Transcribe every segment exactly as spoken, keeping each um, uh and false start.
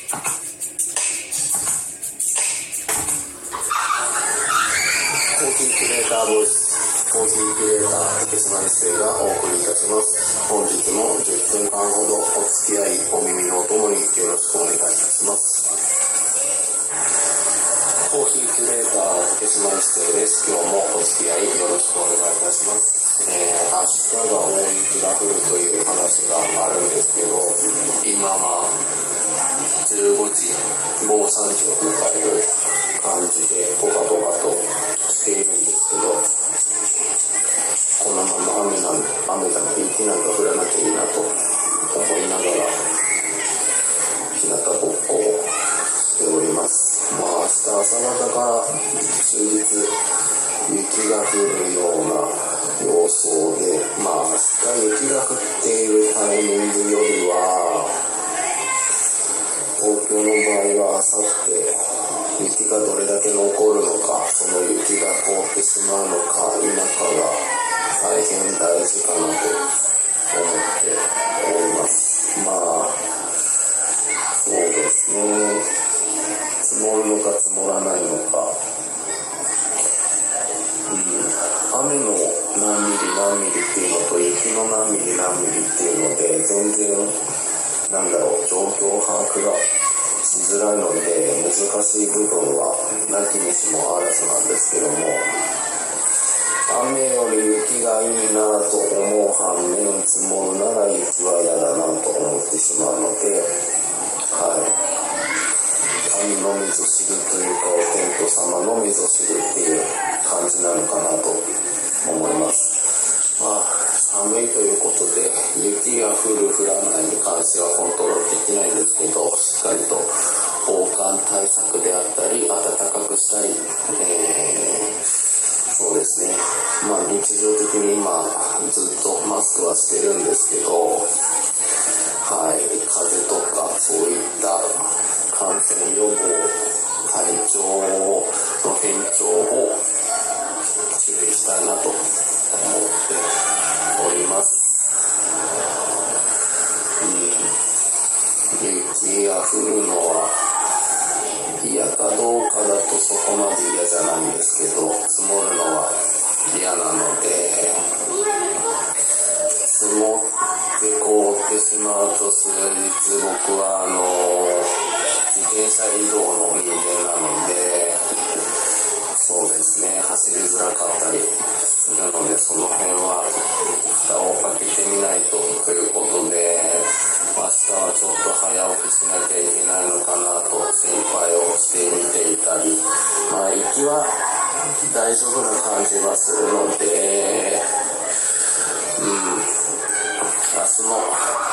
コーヒーキュレーターボイス、コーヒーキュレーター竹島一生がお送りいたします。本日もじゅっぷんかんほどお付き合い、お耳のお供によろしくお願いいたします。コーヒーキュレーター竹島一生です。今日もお付き合いよろしくお願いいたします。えー、明日が大雪が降るという話があるんですけど、今はじゅうごじ、午後さんじを迎える感じでポカポカとしているんですけど、このまま雨なん雨だけ雪なんか降らなきゃいいなと思いながら日向ぼっこをしております。まあ明日朝方から終日雪が降るような様相で、まあ明日雪が降っているタイミングよりは東京の場合は明後日雪がどれだけ残るのか、その雪が凍ってしまうのか否かが大変大事かなと思っております。まあそうですね、積もるのか積もらないのか、うん、雨の何ミリ何ミリっていうのと雪の何ミリ何ミリっていうので全然なんだろう状況把握がしづらいので難しい部分はなきにしもあらずなんですけども、雨より雪がいいなと思う反面、積もるなら雪は嫌だなと思ってしまうので、はい、神のみぞ知るというかお天道様のみぞ知るっていう感じなのかなと思います。まあ寒いということで雪が降る降らないに関してはコントロールできないんですけど、しっかりと防寒対策であったり暖かくしたり、えー、そうですね、まあ日常的に今ずっとマスクはしてるんですけど、はい、風邪とかそういった感染予防、体調の変調を注意したいなと思っております。うん、雪が降るのは嫌かどうかだとそこまで嫌じゃないんですけど、積もるのは嫌なので、積もって凍ってしまうと数日僕はあの自転車移動の人間なので、そうですね、走りづらかったりするので、その辺は蓋を開けてみないとということで、明日はちょっと早起きしなきゃいけないのかなと心配をしてみていたり、まあ行きは大丈夫な感じはするので、うん、明日の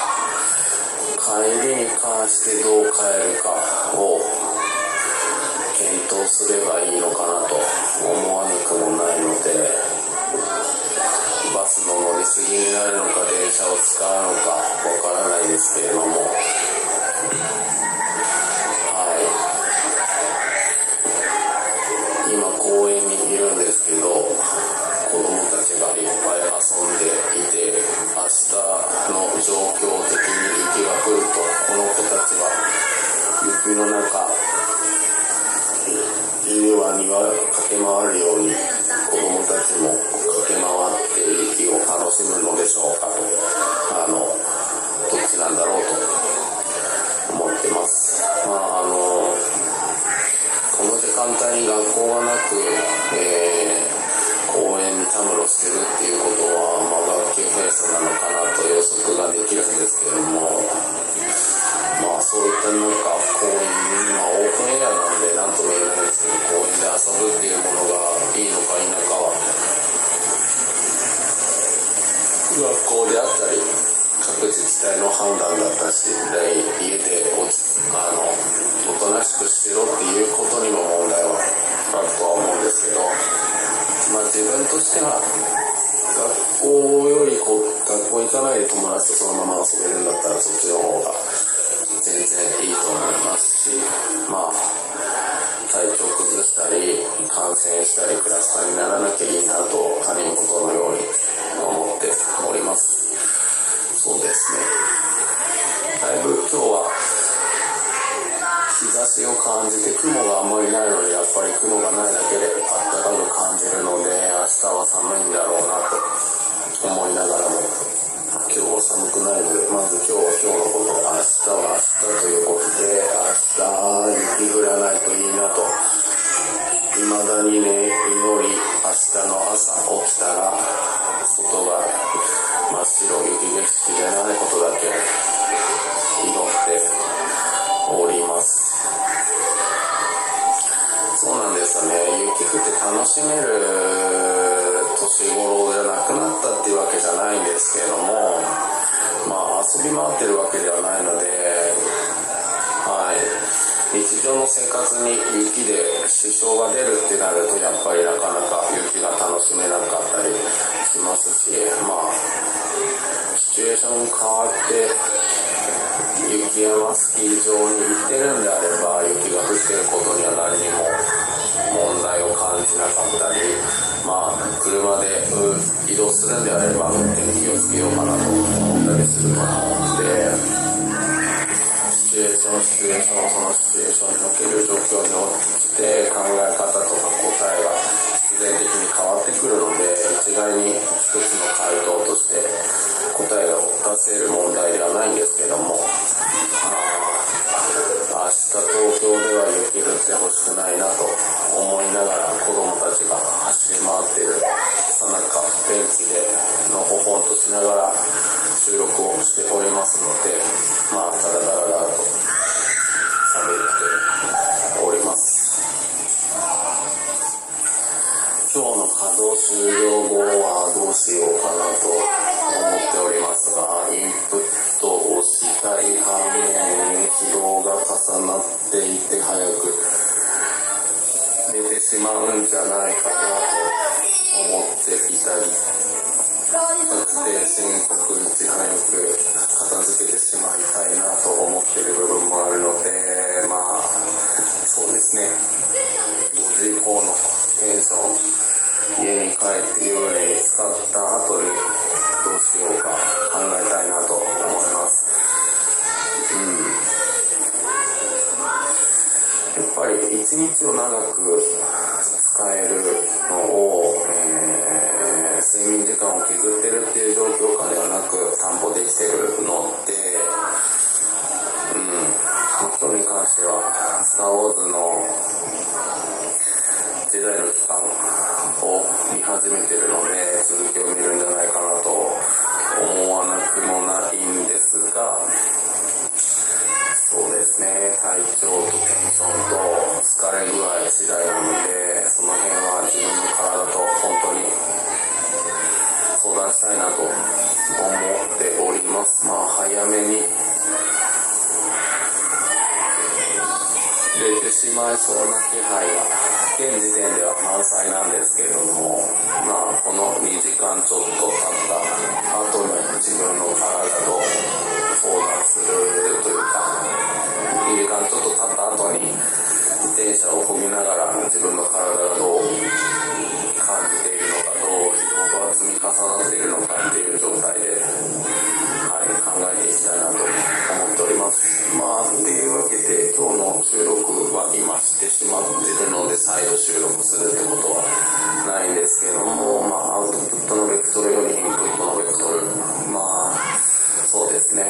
帰りに関してどう帰るかを検討すればいいのかなと思わなくもないので、バスの乗り継ぎになるのか電車を使うのかわからないですけれども、はい、今公園にいるんですけど、子供たちがいっぱい遊んでいて、明日の状況的に雪が降るとこの子たちは雪の中犬は庭を駆け回るように子供たちも駆け回って雪を楽しむのでしょうかと、あのどっちなんだろうと思ってます。まああのこの時間帯に学校がなく、えー、公園にたむろしてるっていうことは、まあ、学級閉鎖なのかなと予測ができるんですけれども、まあそういったなんか公園、まあオープンエアなんで何とも言えないですけど、公園で遊ぶっていうものがいいのか否かは学校であったり各自治体の判断だったし、家でおちあのおとなしくしてろっていうことにも問題はあるとは思うんですけど、まあ自分としては学校よりこう学校行かないで友達とそのまま遊べるんだったらそっちの方が全然いいと思いますし、まあ体調崩したり感染したりクラスターにならなきゃいいなと他人事のように思っております。そうですね、だいぶ今日はしを感じて、雲があんまりないので、やっぱり雲がないだけで暖かく感じるので、明日は寒いんだろうなと思いながらも、今日は寒くないので、まず今日は今日のこと、明日は明日ということで、明日雪降らないといいなと、未だにね、祈り、明日の朝起きたら、外が真っ白、雪景色じゃないことだけ祈っております。そうなんですよね。雪降って楽しめる年頃じゃなくなったっていうわけじゃないんですけれども、まあ遊び回ってるわけではないので、はい、日常の生活に雪で支障が出るってなると、やっぱりなかなか雪が楽しめなかったりしますし、まあシチュエーション変わって雪山スキー場に行ってるんであれば、雪が降ってることには何にも問題を感じなかったり、まあ車で移動するんであれば運転に気をつけようかなと思ったりすると思うので、シチュエーションシチュエーションそのシチュエーションにおける状況に応じて考え方とか答えが必然的に変わってくるので、一概に一つの回答として答えを出せる問題ではないんですけども、明日東京では雪降ってほしくないなと思いながら、子供たちが走り回っているさなか、ベンチでのほほんとしながら収録をしておりますので、まあただだらだらと喋っております。今日の稼働終了後はどうしようかなと思っておりますが、インプットをしたい反面、疲労が重なっていて早く出てしまうんじゃないかなと思っていたり、確定申告に早く片付けてしまいたいなと思っている部分もあるので、まあそうですね、ごじ以降のテンション、家に帰って湯船に浸かった後にどうしようか考えたいなと思います。うん、やっぱり一日を長く使えるのを、えー、睡眠時間を削ってるっていう状況下ではなく担保できてるので、うん、今日に関してはスターウォーズの時代の期間を見始めてるので、続きを見るんじゃないかなと思わなくもないんですが、そうですね、体調とテンションと疲れ具合次第なので、その辺は自分の体と本当に相談したいなと思っております。まあ早めに出てしまいそうな気配が現時点では満載なんですけれども、まあこのにじかんちょっと経った後に自分の体と相談するというか、にじかんちょっと経った後に自転車を漕ぎながら自分の体がどう感じているのか、どう疲労が積み重なっているのかっていう状態で、はい、考えていきたいなと思っております。まあっていうわけで今日の収録は今してしまっているので、再度収録するってことはないんですけども、まあアウトプットのベクトルよりインプットのベクトル、まあそうですね、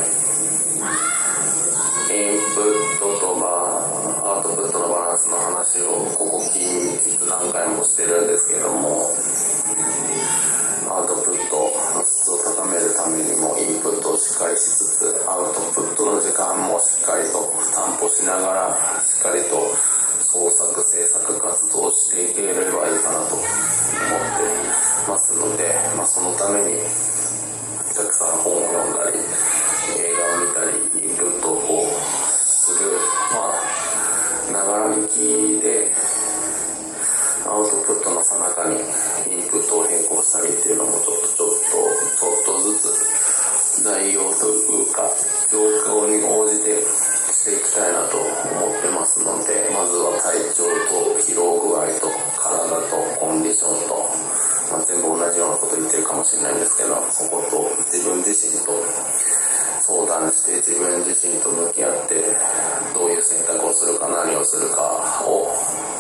インプットとまあアウトプットのバランスの話をここ近日何回もしてるんですけども、アウトプットの質を高めるためにもインプットをしっかりしつつ、アウトプットの時間もしっかりと担保しながら、しっかりと創作制作活動をしていければいいかなと思ってますので、まあ、そのためにたくさん本を読んだり映画を見たりインプットをする、まあながら聞きでアウトプットの最中にインプットを並行したりっていうのもちょっとちょっとちょっとずつ内容というか状況に応じてしていきたいなと思ってますので、まずは体調と疲労具合と体とコンディションと、まあ、全部同じようなこと言ってるかもしれないんですけど、そこと自分自身と相談して自分自身と向き合ってどういう選択をするか何をするかを、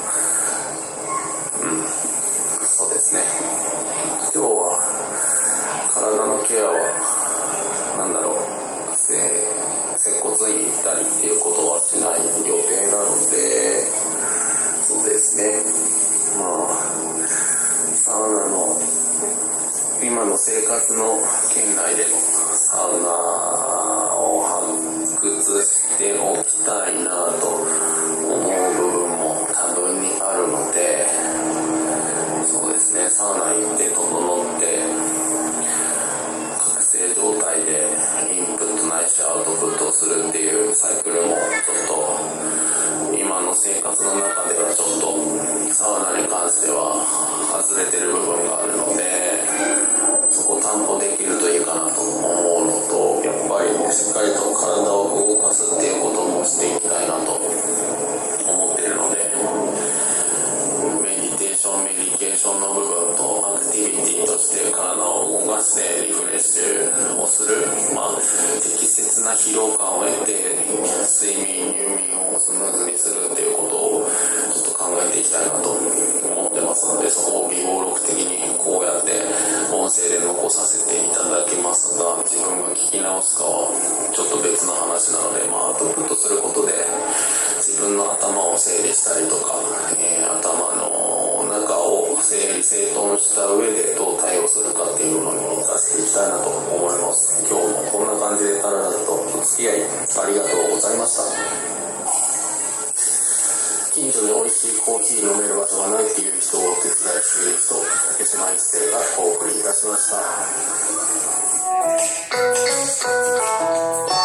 うん、そうですね。今日は体のケアはなんだろう、接骨院行ったりっていうことはしない予定なので、そうですね。まあサウナの今の生活の圏内でもサウナを発掘しておきたいなと思う部分も多分にあるので、そうですね、サウナ行って整って覚醒状態でインプットないしアウトプットをするっていうサイクルもちょっと今の生活の中ではちょっとサウナに関しては外れてる部分があるので、そこを担保できるといいかなと思うのと、やっぱりしっかりと体を動かすっていうこともしていきたいなと思っているので、メディテーションメディケーションの部分とアクティビティとして体を動かしてリフレッシュをする、まあ適切な疲労感を得て睡眠入眠をスムーズにするっていうことをちょっと考えていきたいなと思ってますので、そこを微暴録的にこうやって音声で残させていただきますが、自分が聞き直すかはちょっと別の話なので、まあアウトプットすることで自分の頭を整理したりとか、えー、頭の中を整理整頓した上でどう対応するかっていうのに生かしていきたいなと思います。今日もこんな感じでタララとお付き合いありがとうございました。近所に美味しいコーヒー飲める場所がないっていう人をお手伝いしている人、竹島一生がお送りいたしました。